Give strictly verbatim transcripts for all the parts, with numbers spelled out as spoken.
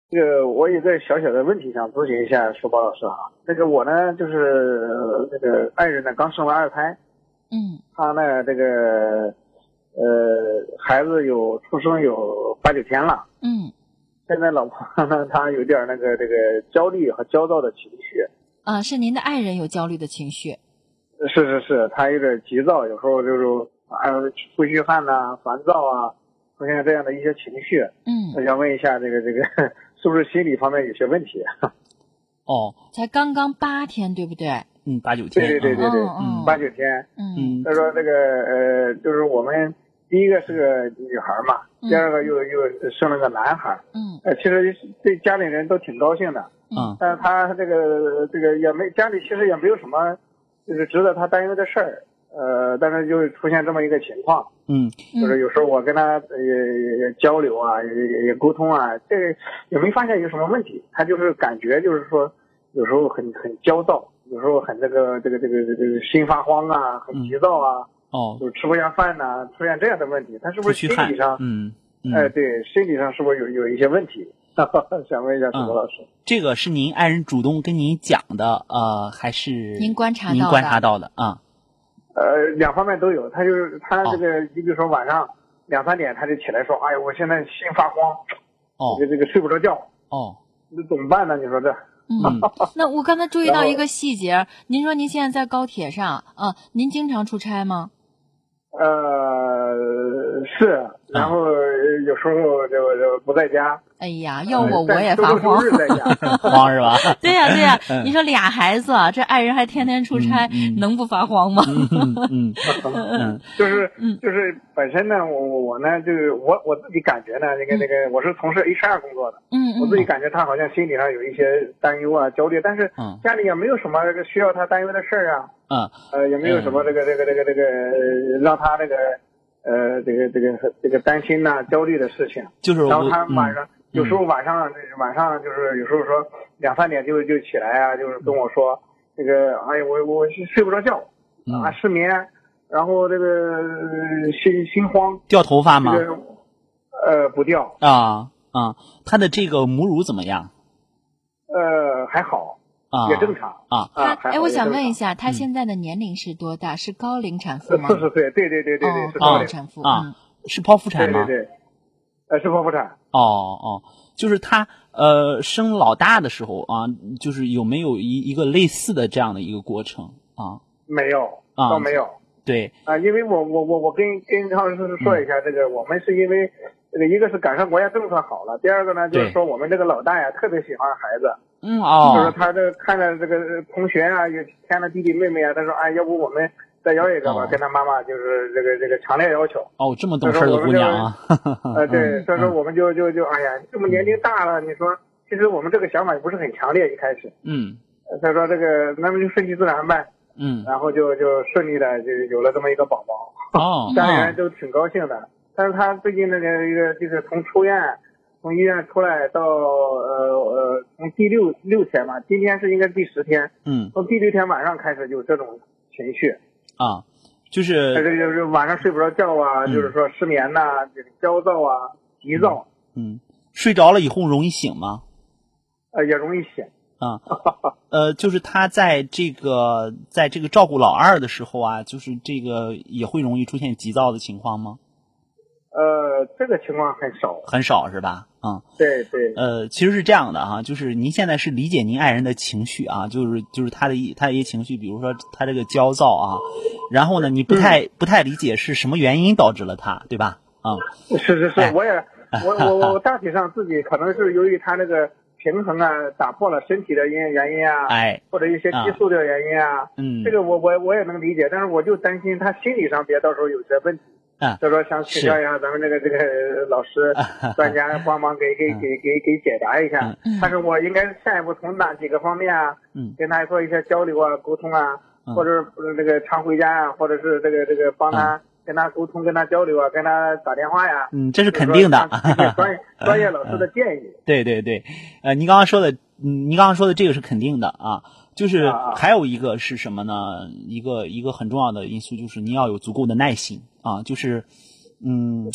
这个我有个小小的问题想咨询一下书包老师哈。这个我呢就是呃这个爱人呢刚生完二胎， 嗯， 他呢这个呃孩子有出生有八九天了， 嗯， 现在老婆呢她有点那个这个焦虑和焦躁的情绪。 啊，是您的爱人有焦虑的情绪。 是是是，她有点急躁，有时候就是啊出虚汗呐、烦躁啊，出现这样的一些情绪。 嗯， 我想问一下，这个这个是不是心理方面有些问题？ 哦， 才刚刚八天，对不对？ 嗯，八九天， 对对对对对， 嗯八九天。 嗯他说这个呃，就是我们第一个是个女孩嘛，第二个又又生了个男孩。 嗯呃，其实对家里人都挺高兴的。 嗯但是他这个这个也没家里其实也没有什么就是值得他担忧的事儿。呃，但是就出现这么一个情况。 嗯， 就是有时候我跟他也也交流啊，也也也沟通啊，这个也没发现有什么问题。他就是感觉就是说，有时候很很焦躁，有时候很这个这个这个这个心发慌啊，很急躁啊， 哦， 就是吃不下饭呐、出现这样的问题。他是不是心理上， 嗯，嗯哎，对，心理上是不是有有一些问题？想问一下石博老师， 这个是您爱人主动跟您讲的，呃，还是您观察到的您观察到的啊？ 呃，两方面都有。他就是他这个，你比如说晚上两三点他就起来说，哎呀，我现在心发慌， 哦这个这个睡不着觉， 哦， 那怎么办呢？你说这？ 嗯，那我刚才注意到一个细节，您说您现在在高铁上啊，您经常出差吗？ 呃，是，然后有时候就就不在家。 哎呀，要我我也发慌， 慌是吧？ 对呀对呀，你说俩孩子，这爱人还天天出差，能不发慌吗？ 嗯嗯，就是就是本身呢，我我我呢，就是我我自己感觉呢，那个那个，我是从事 H R 工作的， 嗯， 我自己感觉他好像心理上有一些担忧啊、焦虑，但是家里也没有什么这个需要他担忧的事儿啊， 嗯， 呃，也没有什么这个这个这个这个让他这个呃这个这个这个担心呐、焦虑的事情， 就是然后他晚上。有时候晚上晚上就是有时候说两三点就就起来啊，就是跟我说这个，哎呀，我我睡不着觉啊，失眠，然后这个心心慌， 掉头发吗？ 这个、呃，不掉啊啊，他的这个母乳怎么样？ 呃，还好啊，也正常啊啊。哎，我想问一下，他现在的年龄是多大？是高龄产妇吗？ 四十岁，对对对对对， 哦、 是高龄产妇啊，是剖腹产吗？ 对对对。呃，是剖腹产。 哦哦，就是他呃生老大的时候啊，就是有没有一一个类似的这样的一个过程啊？ 没有，啊，倒没有。 对啊，因为我我我我跟跟张老师说一下，这个我们是因为这个一个是赶上国家政策好了，第二个呢就是说我们这个老大呀特别喜欢孩子。 嗯哦。 就是他这看着这个同学啊，有添了弟弟妹妹啊，他说哎，要不我们。再要一个吧，跟他妈妈就是这个这个强烈要求。 哦，这么懂事的姑娘啊！ 呃，对，所以说我们就就就哎呀，这么年龄大了，你说，其实我们这个想法也不是很强烈，一开始。 嗯。 所以说这个，那么就顺其自然呗。 嗯。 然后就就顺利的就有了这么一个宝宝。 哦。 家里人都挺高兴的。但是他最近那个一个就是从出院，从医院出来到呃呃从第六六天嘛，今天是应该第十天。 嗯。 从第六天晚上开始有这种情绪。 啊，就是， 这就是晚上睡不着觉啊，嗯、就是说失眠呐、啊，这个焦躁啊，急躁。 嗯，睡着了以后容易醒吗？ 呃，也容易醒。 啊，呃，就是他在这个在这个照顾老二的时候啊，就是这个也会容易出现急躁的情况吗？ 呃，这个情况很少， 很少是吧？嗯， 对对。 呃，其实是这样的哈，就是您现在是理解您爱人的情绪啊，就是就是他的一他的一些情绪，比如说他这个焦躁啊，然后呢，你不太、嗯、不太理解是什么原因导致了他，对吧？啊、 嗯，是是是，哎、我也我我我大体上自己可能是由于他那个平衡啊，打破了身体的原原因啊， 哎， 或者一些激素的原因啊， 嗯， 这个我我我也能理解，但是我就担心他心理上别到时候有些问题。 嗯， 所以说想请教一下咱们这个这个老师专家帮忙给给给给给解答一下。 嗯， 但是我应该下一步从哪几个方面啊， 嗯， 跟他做一些交流啊、沟通啊，或者这个常回家啊，或者是这个这个帮他跟他沟通、跟他交流啊，跟他打电话呀。 嗯，这是肯定的。 专业专业老师的建议。 对对对，呃，您刚刚说的，嗯，您刚刚说的这个是肯定的啊。就是还有一个是什么呢？一个一个很重要的因素就是您要有足够的耐心啊，就是。嗯，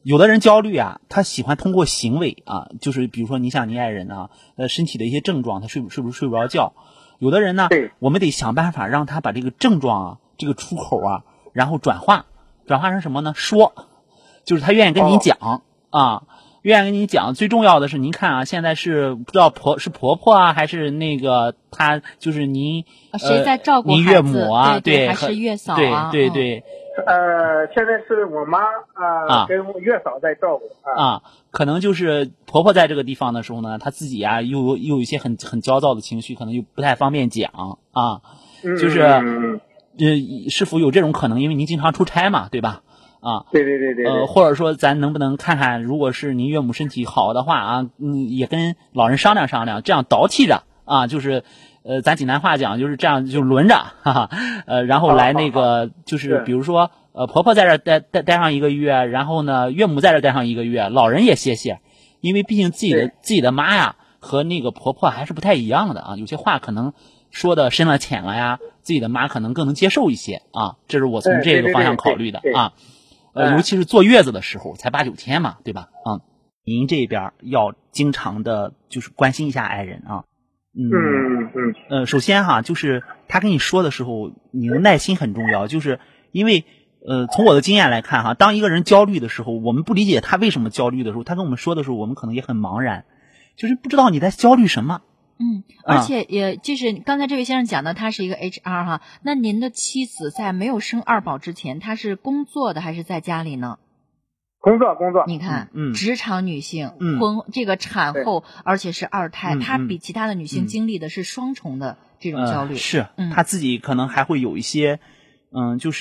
有的人焦虑啊，他喜欢通过行为啊，就是比如说你像你爱人啊，呃，身体的一些症状，他睡不睡不睡不着觉。有的人呢，我们得想办法让他把这个症状啊，这个出口啊，然后转化，转化成什么呢？说，就是他愿意跟你讲、哦、啊，愿意跟你讲。最重要的是，您看啊，现在是不知道婆是婆婆啊，还是那个他就是您谁在照顾您岳母啊， 对, 对， 还是月嫂啊？ 对对对。嗯呃，现在是我妈啊、呃、跟月嫂在照顾啊, 啊，可能就是婆婆在这个地方的时候呢，她自己啊又又有一些很很焦躁的情绪，可能又不太方便讲啊，就是嗯呃是否有这种可能？因为您经常出差嘛，对吧？啊， 对对对 对, 对， 呃，或者说咱能不能看看，如果是您岳母身体好的话啊，嗯，也跟老人商量商量，这样倒替着啊，就是呃，咱济南话讲就是这样，就轮着，哈哈，呃，然后来那个就是比如说。呃，婆婆在这儿待待待上一个月，然后呢，岳母在这儿待上一个月，老人也歇歇，因为毕竟自己的自己的妈呀和那个婆婆还是不太一样的啊，有些话可能说的深了浅了呀，自己的妈可能更能接受一些啊，这是我从这个方向考虑的啊。呃，尤其是坐月子的时候，才八九天嘛，对吧？啊，您这边要经常的，就是关心一下爱人啊。 嗯嗯嗯。 呃，首先哈，就是他跟你说的时候，你的耐心很重要，就是因为。呃，从我的经验来看哈，当一个人焦虑的时候，我们不理解他为什么焦虑的时候，他跟我们说的时候，我们可能也很茫然，就是不知道你在焦虑什么。 嗯，而且也就是刚才这位先生讲的，他是一个 H R 哈，那您的妻子在没有生二宝之前，她是工作的还是在家里呢？ 工作工作。 你看， 嗯， 职场女性， 嗯， 婚这个产后，而且是二胎， 嗯、 她比其他的女性经历的是双重的这种焦虑。 呃、是， 嗯， 她自己可能还会有一些，嗯，就是。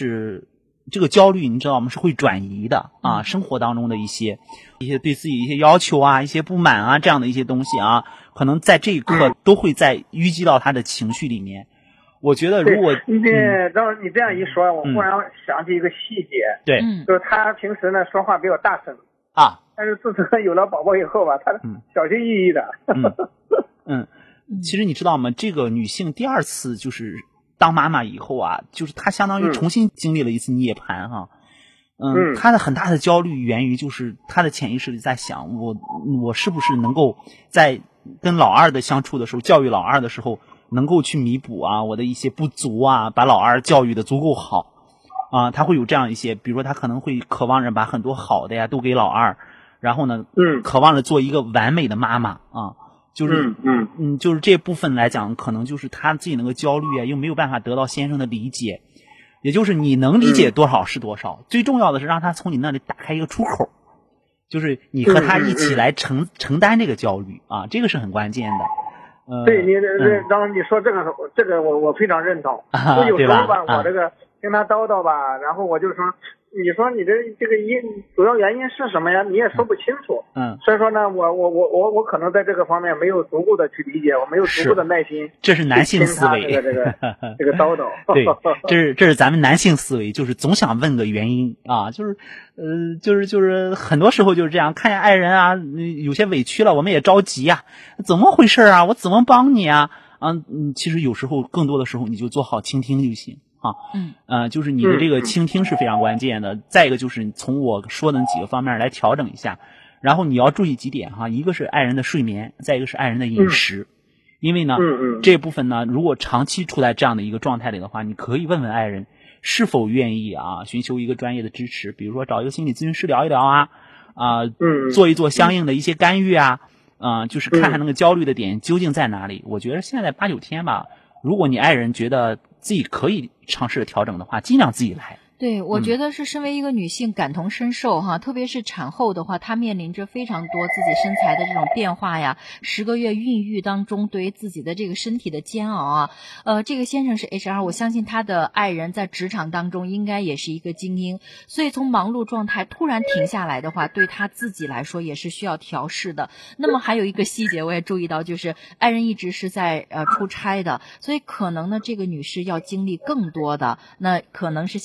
这个焦虑，你知道吗？是会转移的啊， 嗯、 生活当中的一些一些对自己一些要求啊，一些不满啊，这样的一些东西啊，可能在这一刻都会在淤积到他的情绪里面。我觉得如果你让你这样一说，我忽然想起一个细节， 对， 就是他平时呢说话比较大声啊， 但是自从有了宝宝以后吧，他小心翼翼的。 嗯嗯，其实你知道吗？这个女性第二次就是。当妈妈以后啊，就是她相当于重新经历了一次涅槃哈，嗯，她的很大的焦虑源于就是她的潜意识里在想，我我是不是能够在跟老二的相处的时候，教育老二的时候，能够去弥补啊我的一些不足啊，把老二教育的足够好啊，她会有这样一些，比如说她可能会渴望着把很多好的呀都给老二，然后呢， 嗯， 渴望着做一个完美的妈妈啊。就是嗯嗯嗯，就是这部分来讲，可能就是他自己那个焦虑啊，又没有办法得到先生的理解，也就是你能理解多少是多少。嗯、最重要的是让他从你那里打开一个出口，就是你和他一起来承、 嗯、 承担这个焦虑啊，这个是很关键的。呃， 对你这刚你说这个、嗯、这个我我非常认同。 啊、 就有时候吧， 吧我这个跟他叨叨吧，然后我就说。你说你这这个因主要原因是什么呀？你也说不清楚。 嗯， 所以说呢，我我我我我可能在这个方面没有足够的去理解，我没有足够的耐心。 这是男性思维。 这个这个这个叨叨。 对，这是这是咱们男性思维，就是总想问个原因啊，就是呃就是就是很多时候就是这样，看见爱人啊有些委屈了，我们也着急呀、啊，怎么回事啊？我怎么帮你啊？啊嗯，其实有时候更多的时候你就做好倾听就行。啊， 嗯， 呃，就是你的这个倾听是非常关键的。嗯、再一个就是从我说的几个方面来调整一下，然后你要注意几点哈，一个是爱人的睡眠，再一个是爱人的饮食， 嗯、 因为呢， 嗯嗯， 这部分呢，如果长期处在这样的一个状态里的话，你可以问问爱人是否愿意啊，寻求一个专业的支持，比如说找一个心理咨询师聊一聊啊，啊、呃， 嗯， 做一做相应的一些干预啊，啊、呃，就是看看那个焦虑的点究竟在哪里。我觉得现在八九天吧，如果你爱人觉得自己可以尝试调整的话，尽量自己来。 对，我觉得是身为一个女性感同身受哈、嗯，特别是产后的话，她面临着非常多自己身材的这种变化呀，十个月孕育当中对于自己的这个身体的煎熬啊，呃，这个先生是 H R， 我相信他的爱人在职场当中应该也是一个精英，所以从忙碌状态突然停下来的话，对他自己来说也是需要调试的。那么还有一个细节我也注意到，就是爱人一直是在呃出差的，所以可能呢这个女士要经历更多的，那可能是先生对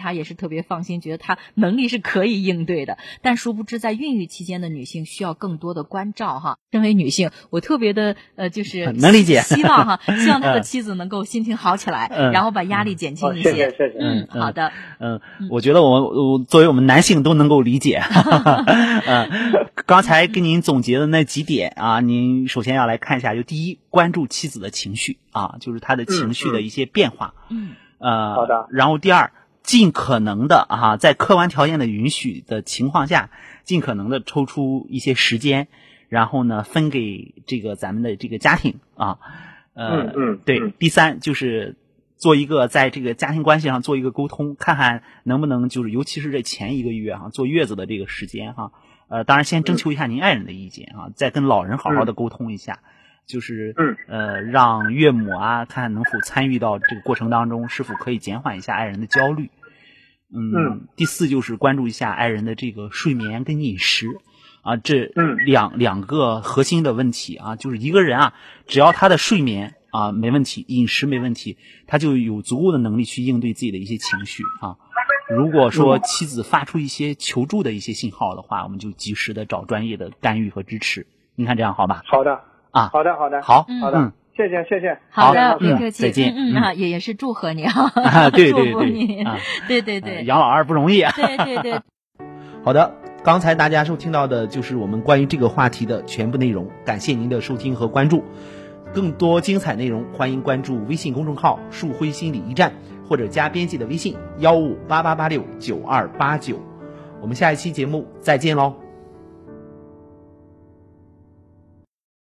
她也是特别放心，觉得她能力是可以应对的。但殊不知在孕育期间的女性需要更多的关照哈。身为女性，我特别的呃就是能理解， 希望哈，希望他的妻子能够心情好起来， 嗯、 然后把压力减轻一些。 嗯、谢谢谢谢。 嗯，好的。 嗯，嗯我觉得我们我作为我们男性都能够理解。嗯，刚才跟您总结的那几点啊，您首先要来看一下，就第一，关注妻子的情绪啊，就是她的情绪的一些变化。 嗯， 呃， 好的。 然后第二，尽可能的啊，在客观条件的允许的情况下，尽可能的抽出一些时间，然后呢，分给这个咱们的这个家庭啊。呃， 嗯嗯， 对。 嗯、 第三就是做一个在这个家庭关系上做一个沟通，看看能不能就是尤其是这前一个月哈、啊，坐月子的这个时间哈、啊，呃，当然先征求一下您爱人的意见啊，再跟老人好好的沟通一下。嗯就是嗯呃，让岳母啊，看看能否参与到这个过程当中，是否可以减缓一下爱人的焦虑。嗯， 嗯第四就是关注一下爱人的这个睡眠跟饮食啊，这嗯两两个核心的问题啊，就是一个人啊，只要他的睡眠啊没问题，饮食没问题，他就有足够的能力去应对自己的一些情绪啊。如果说妻子发出一些求助的一些信号的话，我们就及时的找专业的干预和支持。你看这样好吧？ 好的。 啊， 好的，好的， 好， 好的， 嗯， 谢谢，谢谢， 好的， 不客气， 再见， 嗯啊，也也是祝贺你啊， 啊，对对对， 你啊， 对对对， 养老二不容易， 对对对。 好的，刚才大家收听到的就是我们关于这个话题的全部内容，感谢您的收听和关注。更多精彩内容，欢迎关注微信公众号“树辉心理驿站”，或者加编辑的微信幺五八八八六九二八九。我们下一期节目再见喽。